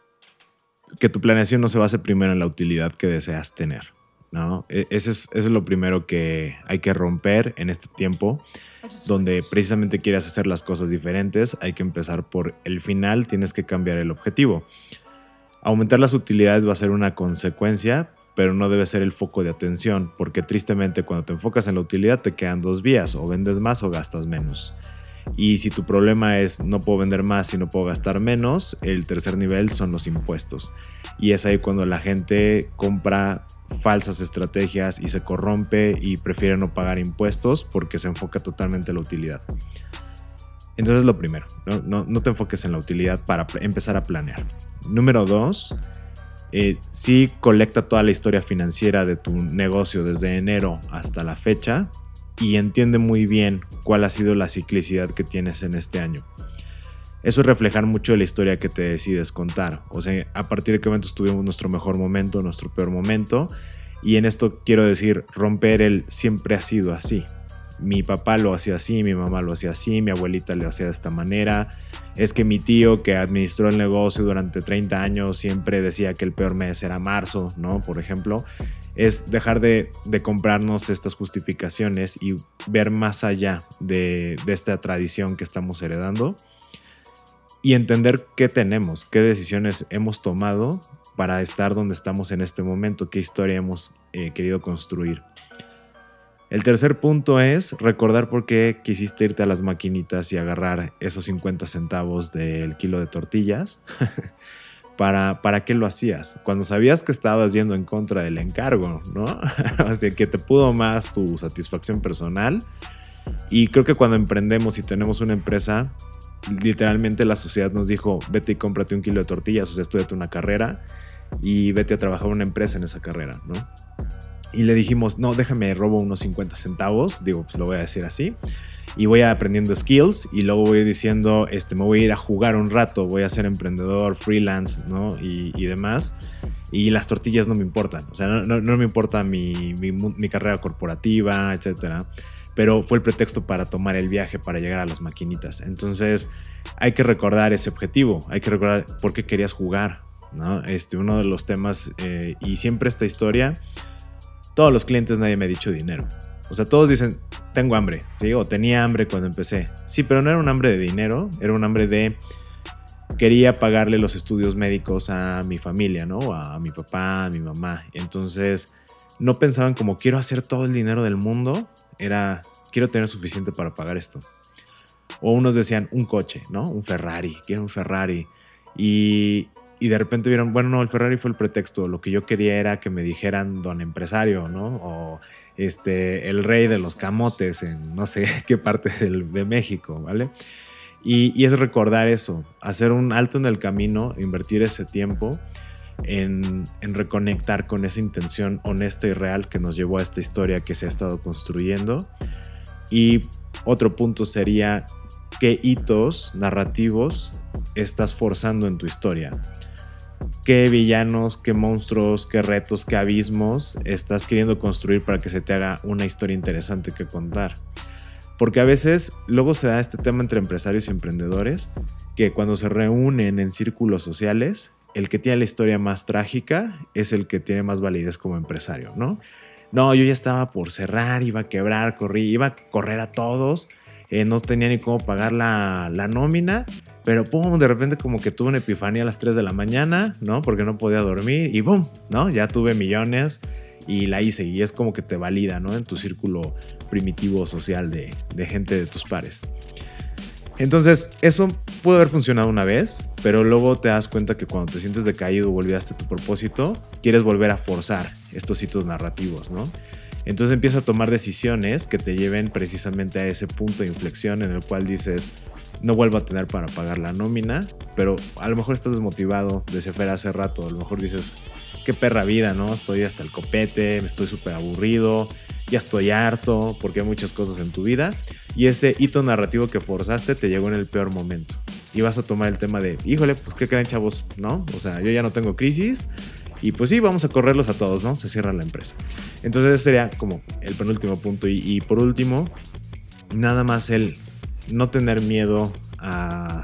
que tu planeación no se base primero en la utilidad que deseas tener, ¿no? Ese es, eso es lo primero que hay que romper en este tiempo, donde precisamente quieres hacer las cosas diferentes. Hay que empezar por el final, tienes que cambiar el objetivo. Aumentar las utilidades va a ser una consecuencia, pero no debe ser el foco de atención, porque tristemente cuando te enfocas en la utilidad te quedan dos vías, o vendes más o gastas menos. Y si tu problema es no puedo vender más y no puedo gastar menos, el tercer nivel son los impuestos. Y es ahí cuando la gente compra falsas estrategias y se corrompe y prefiere no pagar impuestos porque se enfoca totalmente en la utilidad. Entonces lo primero, no, no, no te enfoques en la utilidad para empezar a planear. Número dos, eh, sí colecta toda la historia financiera de tu negocio desde enero hasta la fecha y entiende muy bien cuál ha sido la ciclicidad que tienes en este año. Eso es reflejar mucho de la historia que te decides contar. O sea, a partir de qué momentos tuvimos nuestro mejor momento, nuestro peor momento. Y en esto quiero decir, romper el siempre ha sido así. mi papá lo hacía así, mi mamá lo hacía así, mi abuelita lo hacía de esta manera. Es que mi tío que administró el negocio durante treinta años siempre decía que el peor mes era marzo, ¿no? Por ejemplo, es dejar de, de comprarnos estas justificaciones y ver más allá de, de esta tradición que estamos heredando y entender qué tenemos, qué decisiones hemos tomado para estar donde estamos en este momento, qué historia hemos eh, querido construir. El tercer punto es recordar por qué quisiste irte a las maquinitas y agarrar esos cincuenta centavos del kilo de tortillas. ¿Para, ¿Para qué lo hacías? Cuando sabías que estabas yendo en contra del encargo, ¿no? O sea, que te pudo más tu satisfacción personal. Y creo que cuando emprendemos y tenemos una empresa, literalmente la sociedad nos dijo, vete y cómprate un kilo de tortillas, o sea, estudiate una carrera y vete a trabajar en una empresa en esa carrera, ¿no? Y le dijimos, no, déjame, robo unos cincuenta centavos, digo, pues lo voy a decir así, y voy aprendiendo skills y luego voy a ir diciendo, este, me voy a ir a jugar un rato, voy a ser emprendedor, freelance, ¿no? Y, y demás, y las tortillas no me importan, o sea, no, no, no me importa mi, mi, mi carrera corporativa, etcétera, pero fue el pretexto para tomar el viaje, para llegar a las maquinitas. Entonces hay que recordar ese objetivo, hay que recordar por qué querías jugar, ¿no? Este, uno de los temas, eh, y siempre esta historia, todos los clientes, nadie me ha dicho dinero. O sea, todos dicen, tengo hambre, ¿sí? O tenía hambre cuando empecé. Sí, pero no era un hambre de dinero, era un hambre de... Quería pagarle los estudios médicos a mi familia, ¿no? A mi papá, a mi mamá. Entonces, no pensaban como, quiero hacer todo el dinero del mundo. Era, quiero tener suficiente para pagar esto. O unos decían, un coche, ¿no? Un Ferrari, quiero un Ferrari. Y... Y de repente vieron, bueno, no, el Ferrari fue el pretexto. Lo que yo quería era que me dijeran don empresario, ¿no? O este, el rey de los camotes en no sé qué parte del, de México, ¿vale? Y, y es recordar eso, hacer un alto en el camino, invertir ese tiempo en, en reconectar con esa intención honesta y real que nos llevó a esta historia que se ha estado construyendo. Y otro punto sería, ¿qué hitos narrativos estás forzando en tu historia? ¿Qué villanos, qué monstruos, qué retos, qué abismos estás queriendo construir para que se te haga una historia interesante que contar? Porque a veces luego se da este tema entre empresarios y emprendedores, que cuando se reúnen en círculos sociales, el que tiene la historia más trágica es el que tiene más validez como empresario, ¿no? No, yo ya estaba por cerrar, iba a quebrar, corrí, iba a correr a todos, eh, no tenía ni cómo pagar la, la nómina. Pero pum, de repente como que tuve una epifanía a las tres de la mañana, ¿no? Porque no podía dormir y boom, ¿no? Ya tuve millones y la hice. Y es como que te valida, ¿no? En tu círculo primitivo social de, de gente de tus pares. Entonces, eso pudo haber funcionado una vez, pero luego te das cuenta que cuando te sientes decaído o olvidaste tu propósito, quieres volver a forzar estos hitos narrativos, ¿no? Entonces empiezas a tomar decisiones que te lleven precisamente a ese punto de inflexión en el cual dices, no vuelvo a tener para pagar la nómina, pero a lo mejor estás desmotivado de ese fer hace rato, a lo mejor dices, qué perra vida, ¿no? Estoy hasta el copete, me estoy súper aburrido, ya estoy harto, porque hay muchas cosas en tu vida, y ese hito narrativo que forzaste te llegó en el peor momento, y vas a tomar el tema de, híjole, pues qué creen, chavos, ¿no? O sea, yo ya no tengo crisis, y pues sí, vamos a correrlos a todos, ¿no? Se cierra la empresa. Entonces ese sería como el penúltimo punto, y, y por último, nada más el no tener miedo a,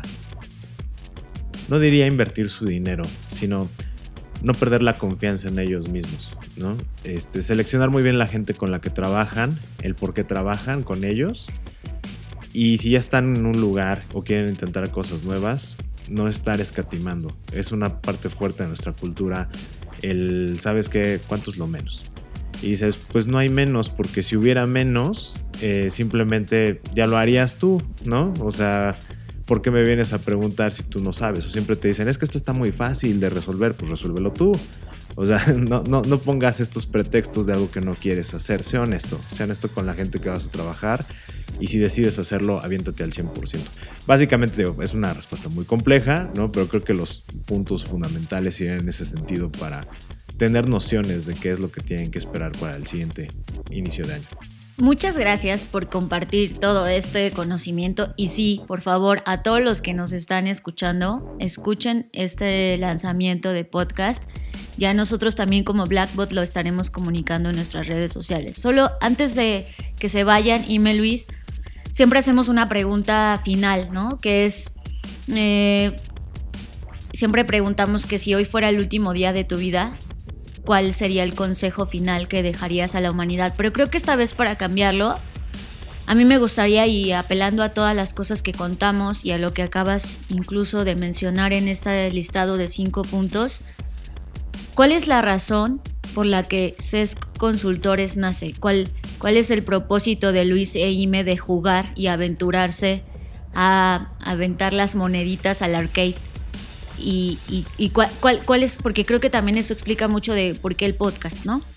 no diría invertir su dinero, sino no perder la confianza en ellos mismos, ¿no? Este, seleccionar muy bien la gente con la que trabajan, el por qué trabajan con ellos, y si ya están en un lugar o quieren intentar cosas nuevas, no estar escatimando. Es una parte fuerte de nuestra cultura el, ¿sabes qué? ¿Cuánto es lo menos? Y dices, pues no hay menos, porque si hubiera menos, eh, simplemente ya lo harías tú, ¿no? O sea, ¿por qué me vienes a preguntar si tú no sabes? O siempre te dicen, es que esto está muy fácil de resolver, pues resuélvelo tú. O sea, no, no, no pongas estos pretextos de algo que no quieres hacer. Sé honesto, sé honesto con la gente que vas a trabajar, y si decides hacerlo, aviéntate al cien por ciento. Básicamente, digo, es una respuesta muy compleja, ¿no? Pero creo que los puntos fundamentales irían en ese sentido para tener nociones de qué es lo que tienen que esperar para el siguiente inicio de año. Muchas gracias por compartir todo este conocimiento, y sí, por favor, a todos los que nos están escuchando, escuchen este lanzamiento de podcast ya nosotros también como Blackbot lo estaremos comunicando en nuestras redes sociales. Solo antes de que se vayan, Ime, Luis, siempre hacemos una pregunta final, ¿no? Que es, eh, siempre preguntamos que si hoy fuera el último día de tu vida, ¿cuál sería el consejo final que dejarías a la humanidad? Pero creo que esta vez, para cambiarlo, a mí me gustaría, y apelando a todas las cosas que contamos y a lo que acabas incluso de mencionar en este listado de cinco puntos, ¿cuál es la razón por la que C E S C Consultores nace? ¿Cuál, cuál es el propósito de Luis e Ime de jugar y aventurarse a aventar las moneditas al arcade? Y, y, y cuál, cuál, cuál es, porque creo que también eso explica mucho de por qué el podcast, ¿no?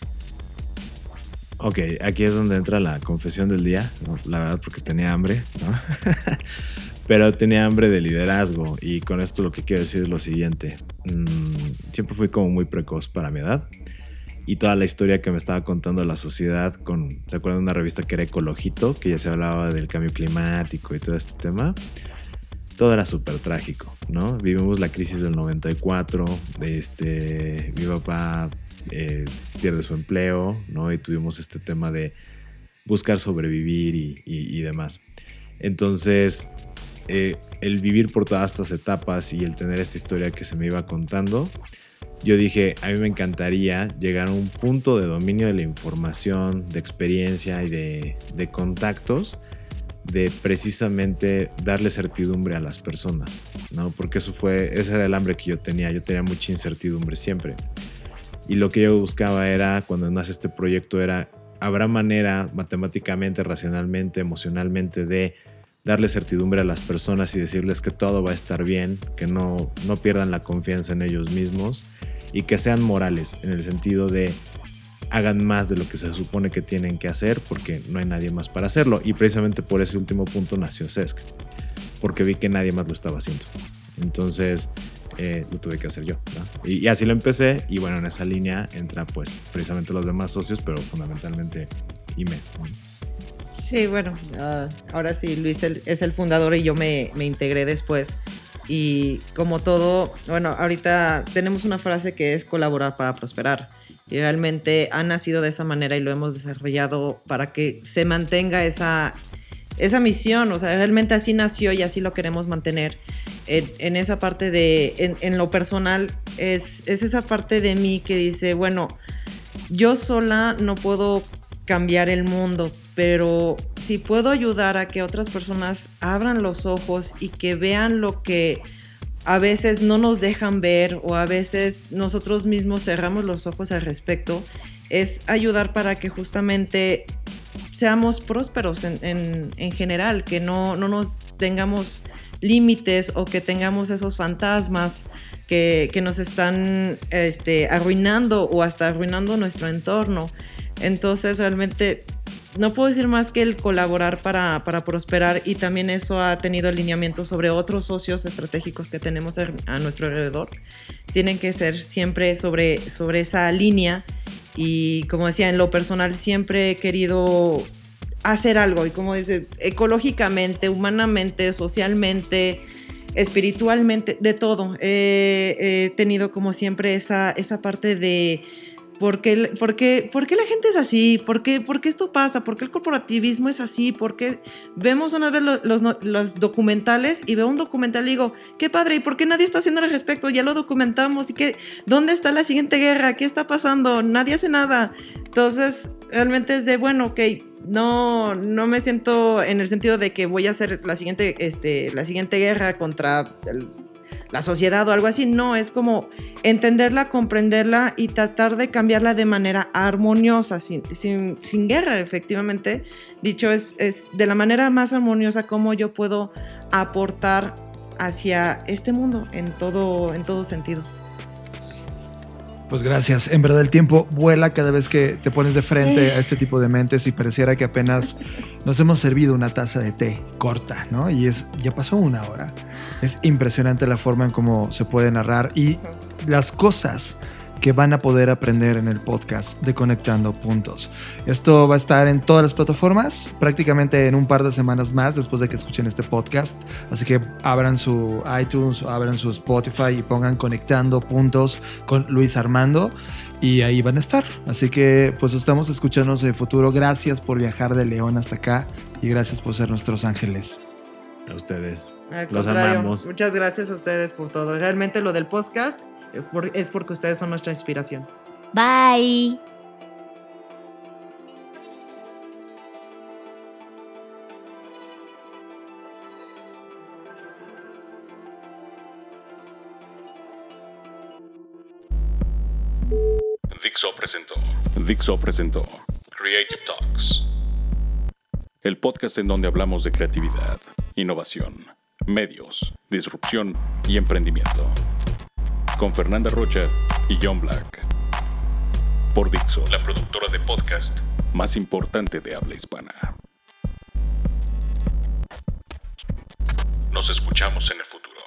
Ok, aquí es donde entra la confesión del día, ¿no? La verdad, porque tenía hambre, ¿no? Pero tenía hambre de liderazgo, y con esto lo que quiero decir es lo siguiente. Mm, siempre fui como muy precoz para mi edad, y toda la historia que me estaba contando la sociedad con, ¿se acuerdan de una revista que era Ecologito? Que ya se hablaba del cambio climático y todo este tema. Todo era súper trágico, ¿no? Vivimos la crisis del noventa y cuatro, este, mi papá eh, pierde su empleo, ¿no? Y tuvimos este tema de buscar sobrevivir y, y, y demás. Entonces, eh, el vivir por todas estas etapas y el tener esta historia que se me iba contando, yo dije, a mí me encantaría llegar a un punto de dominio de la información, de experiencia y de, de contactos, de precisamente darle certidumbre a las personas, ¿no? Porque eso fue, ese era el hambre que yo tenía. Yo tenía mucha incertidumbre siempre. Y lo que yo buscaba era, cuando nace este proyecto, era, ¿habrá manera matemáticamente, racionalmente, emocionalmente de darle certidumbre a las personas y decirles que todo va a estar bien, que no, no pierdan la confianza en ellos mismos y que sean morales, en el sentido de hagan más de lo que se supone que tienen que hacer, porque no hay nadie más para hacerlo? Y precisamente por ese último punto nació C E S C, porque vi que nadie más lo estaba haciendo. Entonces eh, lo tuve que hacer yo, ¿no? Y, y así lo empecé, y bueno, en esa línea entra pues precisamente los demás socios, pero fundamentalmente Ime. Sí, bueno, uh, ahora sí, Luis el, es el fundador y yo me, me integré después. Y como todo, bueno, ahorita tenemos una frase que es colaborar para prosperar. Y realmente ha nacido de esa manera y lo hemos desarrollado para que se mantenga esa, esa misión. O sea, realmente así nació y así lo queremos mantener. En, en esa parte de, en, en lo personal, es, es esa parte de mí que dice, bueno, yo sola no puedo cambiar el mundo, pero si puedo ayudar a que otras personas abran los ojos y que vean lo que a veces no nos dejan ver, o a veces nosotros mismos cerramos los ojos al respecto, es ayudar para que justamente seamos prósperos en, en, en general, que no, no nos tengamos límites o que tengamos esos fantasmas que, que nos están este, arruinando o hasta arruinando nuestro entorno. Entonces realmente no puedo decir más que el colaborar para, para prosperar, y también eso ha tenido alineamiento sobre otros socios estratégicos que tenemos a, a nuestro alrededor. Tienen que ser siempre sobre, sobre esa línea, y como decía, en lo personal siempre he querido hacer algo, y como dice, ecológicamente, humanamente, socialmente, espiritualmente, de todo. Eh, he tenido como siempre esa, esa parte de ¿Por qué, por, qué, ¿Por qué la gente es así? ¿Por qué, ¿Por qué esto pasa? ¿Por qué el corporativismo es así? ¿Por qué vemos una vez los, los, los documentales y veo un documental y digo, qué padre, ¿y por qué nadie está haciendo al respecto? Ya lo documentamos, ¿y qué? ¿Dónde está la siguiente guerra? ¿Qué está pasando? Nadie hace nada. Entonces, realmente es de, bueno, ok, no, no me siento en el sentido de que voy a hacer la siguiente, este, la siguiente guerra contra el, la sociedad o algo así. No, es como entenderla, comprenderla y tratar de cambiarla de manera armoniosa, sin, sin, sin guerra, efectivamente. Dicho, es, es de la manera más armoniosa como yo puedo aportar hacia este mundo en todo, en todo sentido. Pues gracias. En verdad el tiempo vuela cada vez que te pones de frente a este tipo de mentes y pareciera que apenas nos hemos servido una taza de té corta, ¿no? Y es, ya pasó una hora. Es impresionante la forma en cómo se puede narrar y las cosas que van a poder aprender en el podcast de Conectando Puntos. Esto va a estar en todas las plataformas, prácticamente en un par de semanas más después de que escuchen este podcast. Así que abran su iTunes, abran su Spotify y pongan Conectando Puntos con Luis Armando y ahí van a estar. Así que pues estamos escuchándonos en el futuro. Gracias por viajar de León hasta acá y gracias por ser nuestros ángeles. A ustedes. Al Los contrario, amamos. muchas gracias a ustedes por todo. Realmente lo del podcast es porque ustedes son nuestra inspiración. Bye. Dixo presentó. Dixo presentó Creative Talks. El podcast en donde hablamos de creatividad, innovación, medios, disrupción y emprendimiento. Con Fernanda Rocha y John Black. Por Dixo, la productora de podcast más importante de habla hispana. Nos escuchamos en el futuro.